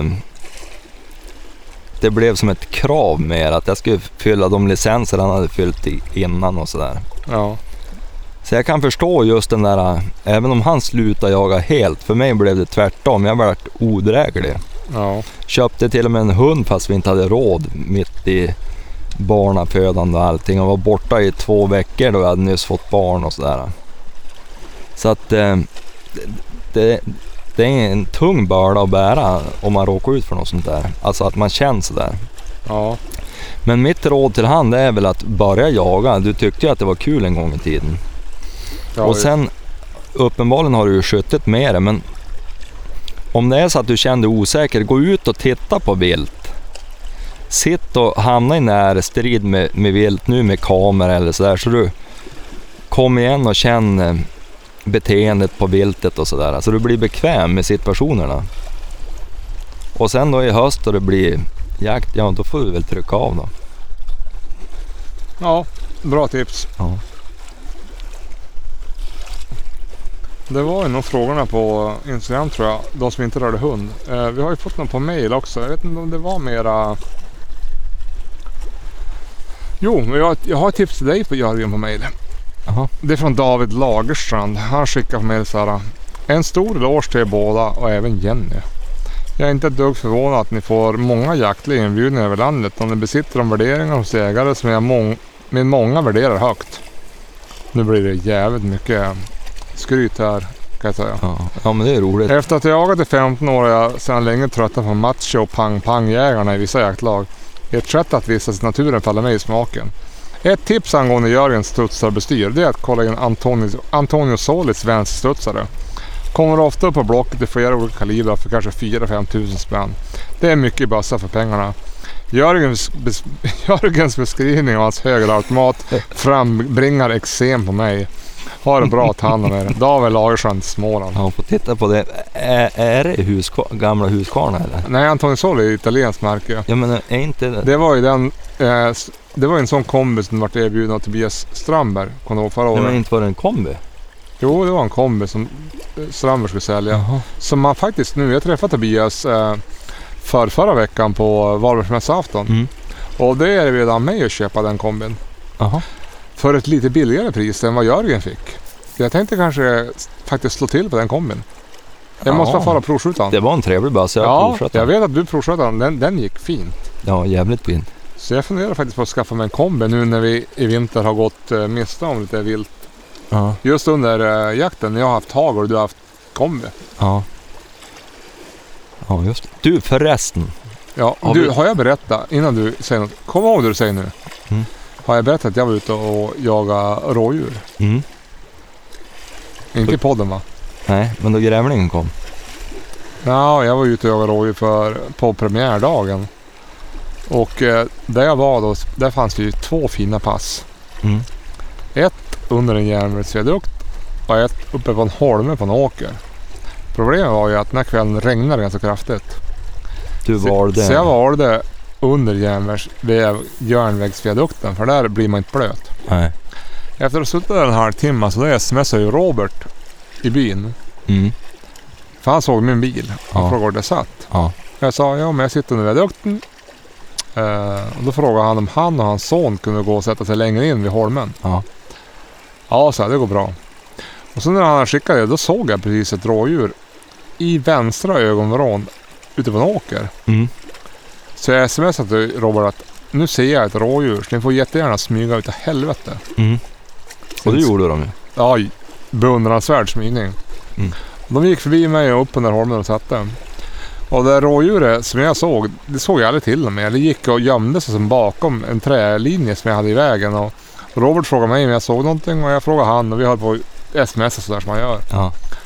Det blev som ett krav mer att jag skulle fylla de licenser han hade fyllt innan och sådär. Ja. Så jag kan förstå just den där, även om han slutade jaga helt, för mig blev det tvärtom. Jag var odräglig. Ja. Köpte till och med en hund fast vi inte hade råd mitt i barnafödande och allting. Och var borta i två veckor då jag hade nyss fått barn och sådär. Så att eh, det, det är en tung börda att bära om man råkar ut för något sånt där. Alltså att man känner sådär. Ja. Men mitt råd till han är väl att börja jaga. Du tyckte ju att det var kul en gång i tiden. Ja, och sen uppenbarligen har du ju skjutit med det. Men om det är så att du kände osäker, gå ut och titta på vilt. Sitt och hamna i närstrid med, med vilt nu med kamera eller sådär. Så du kom igen och känn beteendet på viltet och sådär. Så du blir bekväm med situationerna. Och sen då i höst då det blir jakt, ja då får du väl trycka av då. Ja, bra tips. Ja. Det var ju nog frågorna på Instagram tror jag. De som inte rörde hund. Eh, vi har ju fått någon på mail också. Jag vet inte om det var mera... Jo, men jag, jag har ett tips till dig på Jörgen på mail. Aha. Det är från David Lagerstrand. Han skickar på mail så här: en stor eloge till er båda och även Jenny. Jag är inte ett dugg förvånad att ni får många jaktliga inbjudningar över landet om ni besitter de värderingar hos jägare som jag mång- med många värderar högt. Nu blir det jävligt mycket skryt här kan jag säga. Ja, ja men det är roligt. Efter att jag jagat i femton år är jag sedan länge trötta på macho och pang-pang-jägarna i vissa jaktlag. Ett sätt att vistas i naturen faller mig i smaken. Ett tips angående Jörgens studsarbestyr, det är att kolla in Antonio, Antonio Solis vänsterstudsare. Kommer ofta upp på blocket i flera olika kalibrar för kanske fyra till fem tusen spänn. Det är mycket bössa för pengarna. Jörgens, bes, Jörgens beskrivning av hans högerautomat frambringar eksem på mig. Ha det bra att ta hand om er. David Lagerstrand, Småland. Ja, får titta på det. Är, är det huskar, gamla Husqvarna eller? Nej, Antonio Soli är italienskt märke. Ja men är inte det? Det var ju den... Eh, det var en sån kombi som vart erbjuden av Tobias Strandberg. Kom ihåg förra året. Nej, men inte var det en kombi? Jo, det var en kombi som Strandberg skulle sälja. Jaha. Som man faktiskt nu... Jag träffade Tobias eh, för förra veckan på Valborgsmässoafton. Mm. Och det är redan mig att köpa den kombin. Aha. För ett lite billigare pris än vad Jörgen fick. Jag tänkte kanske faktiskt slå till på den kombin. Jag Ja. måste bara fara provskjuta den. Det var en trevlig bössa, jag Ja, provsköt jag den. vet att du provsköt den. den. Den gick fint. Ja, jävligt fint. Så jag funderar faktiskt på att skaffa mig en kombi nu när vi i vinter har gått uh, miste om lite vilt. Ja. Just under uh, jakten när jag har haft hagel och du har haft kombi. Ja. Ja, just det. Du förresten. Ja, Har du, vi- har jag berättat innan du säger något? Kom ihåg det du säger nu. Mm. Har jag berättat att jag var ute och jagade rådjur? Mm. Inte i podden va? Nej, men då grävlingen kom. Ja, jag var ute och jagade rådjur för, på premiärdagen. Och eh, där jag var då, där fanns det ju två fina pass. Mm. Ett under en järnvägsviadukt och ett uppe på en holme på en åker. Problemet var ju att den här kvällen regnade ganska kraftigt. Du Så, valde... så jag valde under järnvägs, järnvägsviadukten för där blir man inte blöt. Nej. Efter att ha suttit där en halvtimme så då smsade ju Robert i byn. Mm. För han såg min bil och Ja. frågade var det satt. Ja. Jag sa, ja men jag sitter under viadukten. Uh, och då frågade han om han och hans son kunde gå och sätta sig längre in vid holmen. Ja. Ja, så här, det går bra. Och så när han skickade det, då såg jag precis ett rådjur i vänstra ögonvrån ute på en åker. Mm. Så jag smsade till Robert att nu ser jag ett rådjur så ni får jättegärna smyga ut av helvete. Mm. Och det gjorde de ju. Ja, beundransvärd smygning. Mm. De gick förbi mig och upp på den där holmen och satte. Och det rådjuret som jag såg, det såg jag aldrig till med. Det gick och gömde sig som bakom en trälinje som jag hade i vägen. Och Robert frågade mig om jag såg någonting och jag frågade han och vi höll på sms och sådär som man gör. Ja.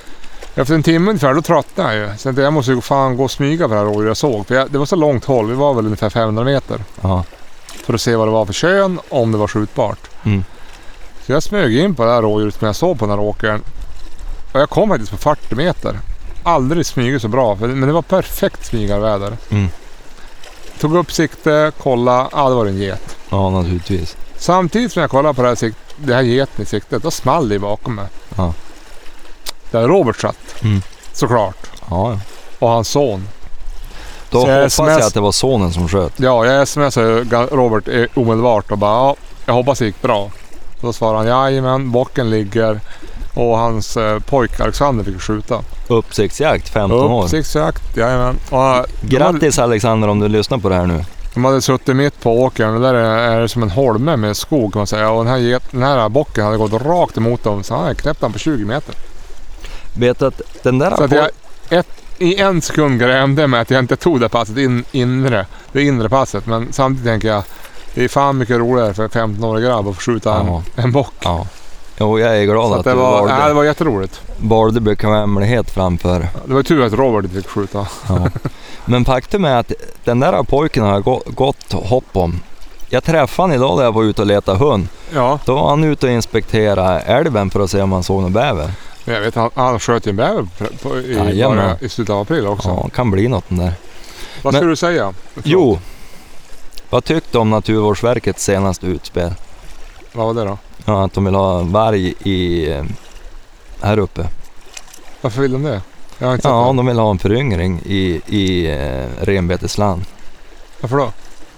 Efter en timme ungefär, då tröttnade jag ju. Sen jag måste ju fan gå och smyga på det här rådjuret jag såg. För jag, det var så långt håll, vi var väl ungefär femhundra meter. Ja. För att se vad det var för kön, om det var skjutbart. Mm. Så jag smög in på det här rådjuret som jag såg på den här åkern. Och jag kom faktiskt på fyrtio meter. Aldrig smygit så bra, för, men det var perfekt smygarväder. Mm. Tog upp sikte, kolla, ja det var en get. Ja, naturligtvis. Samtidigt som jag kollade på det här, sikt, det här geten i siktet, då small det bakom mig. Ja. Där Robert satt, Mm. såklart. Ja, ja. Och hans son. Då Så jag hoppas sms jag att det var sonen som sköt. Ja, jag smsade Robert omedelbart och bara, ja, jag hoppas det gick bra. Då svarade han, jajamän, bocken ligger och hans eh, pojk Alexander fick skjuta. Uppsiktsjakt, femton år. Uppsiktsjakt, jajamän. Och, Grattis Alexander om du lyssnar på det här nu. de hade suttit mitt på åkern och där är, är det som en holme med skog kan man säga. Och den här, get, den här bocken hade gått rakt emot dem, så han hade knäppt den på tjugo meter. Vet du att den där... Så att jag ett, i en sekund grämde med att jag inte tog det passet in, inre, det inre passet. Men samtidigt tänker jag, det är fan mycket roligare för femton-årig grabb att få skjuta Ja. en, en bock. Ja. Jo, jag är glad Så att, att det, du var, valde, nej, det var jätteroligt. valde bekvämlighet framför. Det var tur att Robert inte fick skjuta. Ja. Men faktum är att den där pojken har gå, gått hopp om. Jag träffade han idag när jag var ute och letade hund. Ja, Då var han ute och inspekterade älven för att se om han såg någon bäver. men jag vet han, han sköt ju en bäver på, på, i, Jajamän. bara, i slutet av april också. Ja, kan bli något den där. Vad Men- skulle du säga? Jo, vad tyckte du om Naturvårdsverkets senaste utspel? Vad var det då? Ja, att de vill ha varg i, eh, här uppe. Varför vill de det? Jag har inte sett Ja, det. de vill ha en föryngring i, i eh, renbetesland. Varför då?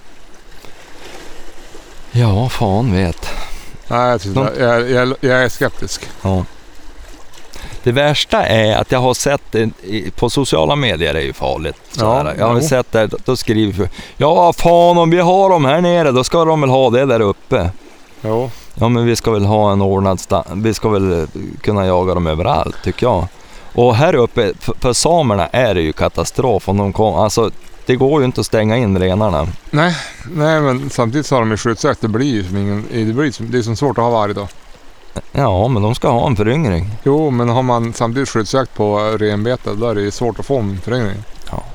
Ja, fan vet. Nej, jag, tycker, De- jag, jag, jag är skeptisk. Ja. Det värsta är att jag har sett det i, på sociala medier är ju farligt. Så Ja, här. Jag har jo. sett det, då skriver för, ja fan om vi har dem här nere då ska de väl ha det där uppe. Jo. Ja men vi ska väl ha en ordnad sta- vi ska väl eh, kunna jaga dem överallt tycker jag. Och här uppe för, för samerna är det ju katastrof om de kom, alltså det går ju inte att stänga in renarna. Nej, nej, men samtidigt så har de ju skjutjakt. Det blir ju som ingen, det, blir, som- det är som svårt att ha varje dag. Ja men de ska ha en föryngring. Jo, men har man samtidigt skjutjakt på renbete, då är det ju svårt att få en föryngring.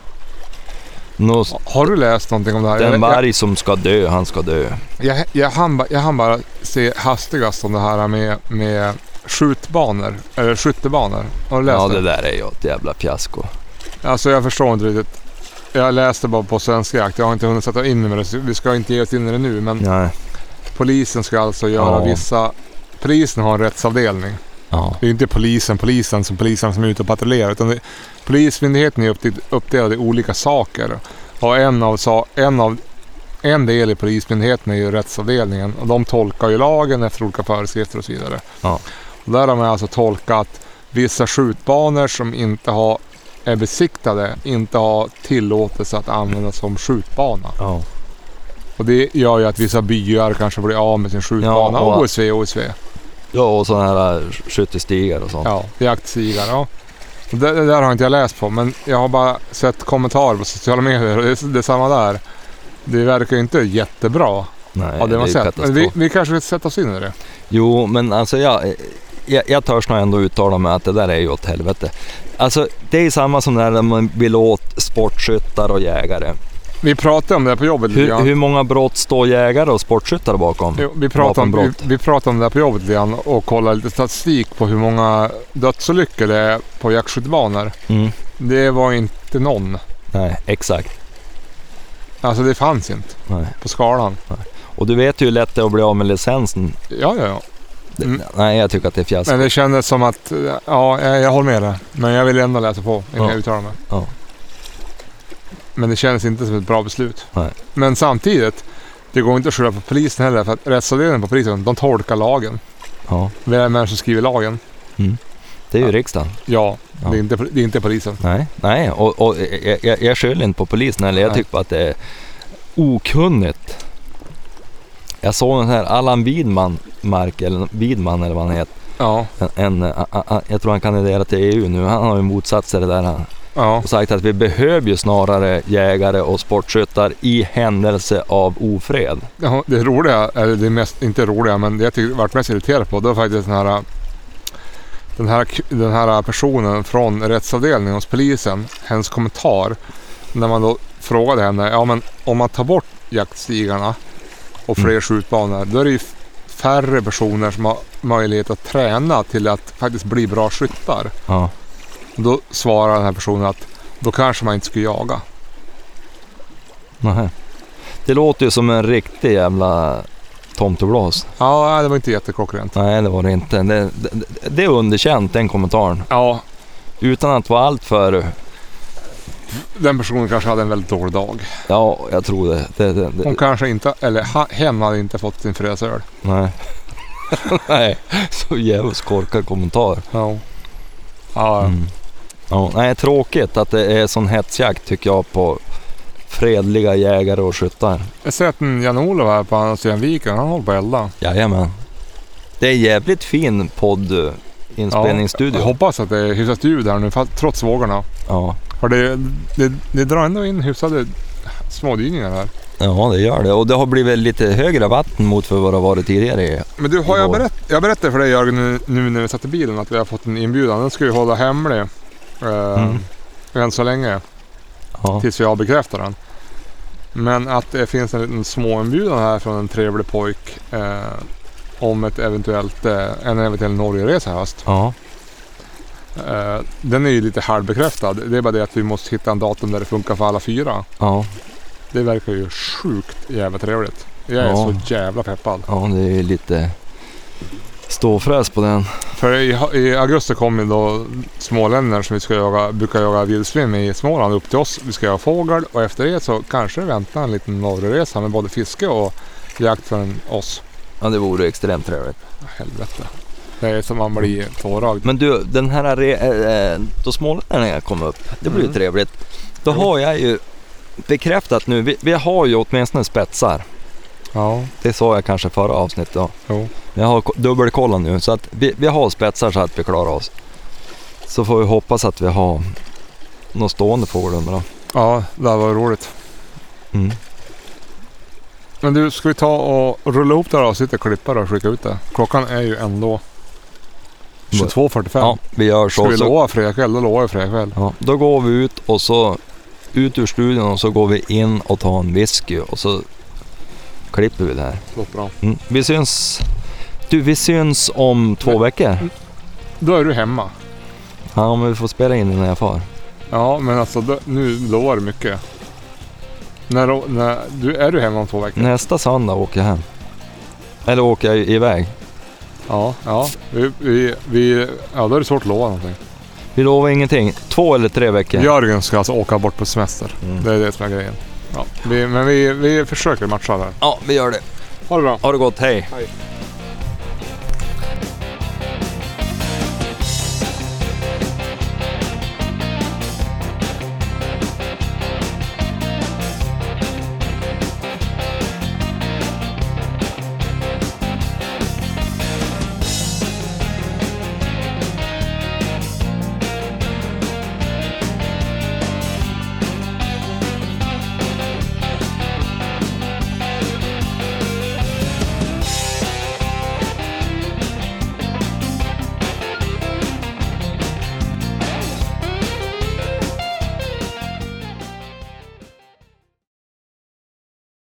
Nå, Har du läst någonting om det här? den Jag, varg som ska dö, han ska dö. jag, jag, jag, hann, ba- jag hann bara se hastigast om det här med, med skjutbanor, eller skyttebanor. Har du läst Ja det? det där är ju ett jävla fiasko. Alltså jag förstår inte riktigt. Jag läste bara på Svenska Jakt. Jag har inte hunnit sätta in mig med det. så Vi ska inte ge oss in i det nu. Men Nej. polisen ska alltså göra Ja. vissa... Polisen har en rättsavdelning. Ja. Det är inte polisen, polisen som polisen som är ute och patrullerar. Utan det, polismyndigheten är uppde- uppdelad i olika saker. Och en av, sa- en av en del i polismyndigheten är ju rättsavdelningen. Och de tolkar ju lagen efter olika föreskrifter och så vidare. Ja. Och där har man alltså tolkat vissa skjutbanor som inte har är besiktade inte har tillåtelse att användas som skjutbana. Ja. Och det gör ju att vissa byar kanske blir av med sin skjutbana. Ja, och- O S V, O S V. Ja, och sådana här skyttestigar och sånt. Ja, jaktstigar. Ja. Och det, det där har inte jag läst på, men jag har bara sett kommentarer på sociala medier och det, är- det är samma där. Det verkar ju inte jättebra Nej, av det är man ju sett. katastrof. Men vi, vi kanske vill sätta oss in i det. Jo, men alltså jag, jag, jag törs nog ändå uttala mig att det där är ju åt helvete. Alltså det är samma som när man vill åt sportskyttar och jägare. Vi pratade om det här på jobbet lite Hur, grann. hur många brott står jägare och sportskyttar bakom? Jo, vi, pratade om, vi, Vapenbrott. vi pratade om det här på jobbet lite grann och kollade lite statistik på hur många dödsolyckor det är på jaktskyttebanor. Mm. Det var inte någon. Nej, exakt. Alltså det fanns inte Nej. på skalan. Och du vet ju hur lätt det är att bli av med licensen. Ja, ja, ja. Det, Mm. Nej, jag tycker att det är fiasko. Men det kändes som att, ja, jag, jag håller med dig. Men jag vill ändå läsa på innan Ja. jag uttalar mig. Ja. Men det kändes inte som ett bra beslut. Nej. Men samtidigt, det går inte att skylla på polisen heller. För att rättsavdelningen på polisen, de tolkar lagen. Ja, Vem är det som skriver lagen? det är ju Ja. riksdagen. Ja, Ja. Det, är inte, det är inte polisen. Nej, nej. Och, och jag, jag, jag skyller inte på polisen eller jag Nej. tycker bara att det är okunnigt. Jag såg den här Allan Widman, Mark, eller Widman eller vad han heter. Ja, En, en, a, a, jag tror han kandiderar till E U nu. Han har ju motsatt sig det där. Han ja. har sagt att vi behöver ju snarare jägare och sportskyttar i händelse av ofred. Ja, det roliga, eller det mest, inte roliga, men det jag tycker varit mest irriterad på, det var faktiskt den här den här, den här personen från rättsavdelningen hos polisen, hennes kommentar när man då frågade henne, ja men om man tar bort jaktstigarna och fler mm. skjutbanor, då är det ju färre personer som har möjlighet att träna till att faktiskt bli bra skyttar. Ja. Då svarar den här personen att då kanske man inte ska jaga. Nej. Det låter ju som en riktig jävla tomteblås. Ja, det var inte jätteklockrent. Nej, det var det inte. Det, det, det är underkänt, den kommentaren. Ja. Utan att vara allt för... Den personen kanske hade en väldigt dålig dag. Ja, jag tror det. det, det, det. Hon kanske inte, eller ha, hen hade inte fått sin fräsöl. Nej. Nej, så jävligt korkad kommentar. Ja. Ja. Mm. Ja. Nej, tråkigt att det är sån hetsjakt tycker jag på fredliga jägare och skyttar. Jag ser att en Jan-Olof här på andra sidan viken, han håller på att elda. Jajamän. Det är jävligt fin poddinspelningsstudio. Ja, jag hoppas att det är hyfsat ljud här nu, trots vågorna. Ja. För det, det, det drar ändå in hyfsade smådyningar här. Ja, det gör det. Och det har blivit lite högre vatten mot för vad det har varit tidigare. Men du, har jag, berätt, jag berättade för dig Jörgen nu, nu när vi satt i bilen att vi har fått en inbjudan. Den ska vi hålla hemlig eh, mm. än så länge. Ja. Tills vi har bekräftat den. Men att det finns en liten småinbjudan här från en trevlig pojk eh, om ett eventuellt, eh, en eventuell Norge-resa höst. Ja. Uh, den är ju lite halvbekräftad. Det är bara det att vi måste hitta en datum där det funkar för alla fyra. Ja. Det verkar ju sjukt jävla trevligt. Jag är ja. så jävla peppad. Ja, det är lite ståfräs på den. För i, i augusti kommer då smålänningar som vi ska jaga, brukar jaga vildsvin med i Småland upp till oss. Vi ska jaga fågel och efter det så kanske det väntar en liten norrresa med både fiske och jakt från oss. Ja, det vore extremt trevligt. Helvete. Det är som man blir tåragd. Men du, den här äh, då smålänningarna kom upp, det blir mm. ju trevligt. Då jo. har jag ju bekräftat nu, vi, vi har ju åtminstone spetsar. Ja. Det sa jag kanske förra avsnittet då. Jo. Jag har dubbelkollat nu så att vi, vi har spetsar så att vi klarar oss. Så får vi hoppas att vi har något stående fågel då. Ja, det var roligt. Mm. Men du, ska vi ta och rulla ihop det här och sitta och klippa det och skicka ut det? Klockan är ju ändå tjugotvå fyrtiofem. Ja, vi gör så. Ska vi så... lova fredagkväll, då lovar jag fredagkväll. Ja, då går vi ut och så ut ur studion och så går vi in och tar en whisky och så klipper vi det här. Låter bra. Mm. Vi syns du, vi syns om två men, veckor. Då är du hemma. Ja, men vi får spela in när jag far. Ja, men alltså då, nu lovar du mycket. När, när, du, är du hemma om två veckor? Nästa söndag åker jag hem. Eller åker jag iväg. Ja, ja. Vi, vi, vi, ja, då är det svårt att lova någonting. Vi lovar ingenting. Två eller tre veckor. Jörgen ska alltså åka bort på semester. Mm. Det är det som är grejen. Ja, vi, men vi, vi försöker matcha där. Ja, vi gör det. Ha det bra. Ha det gott, hej. Hej.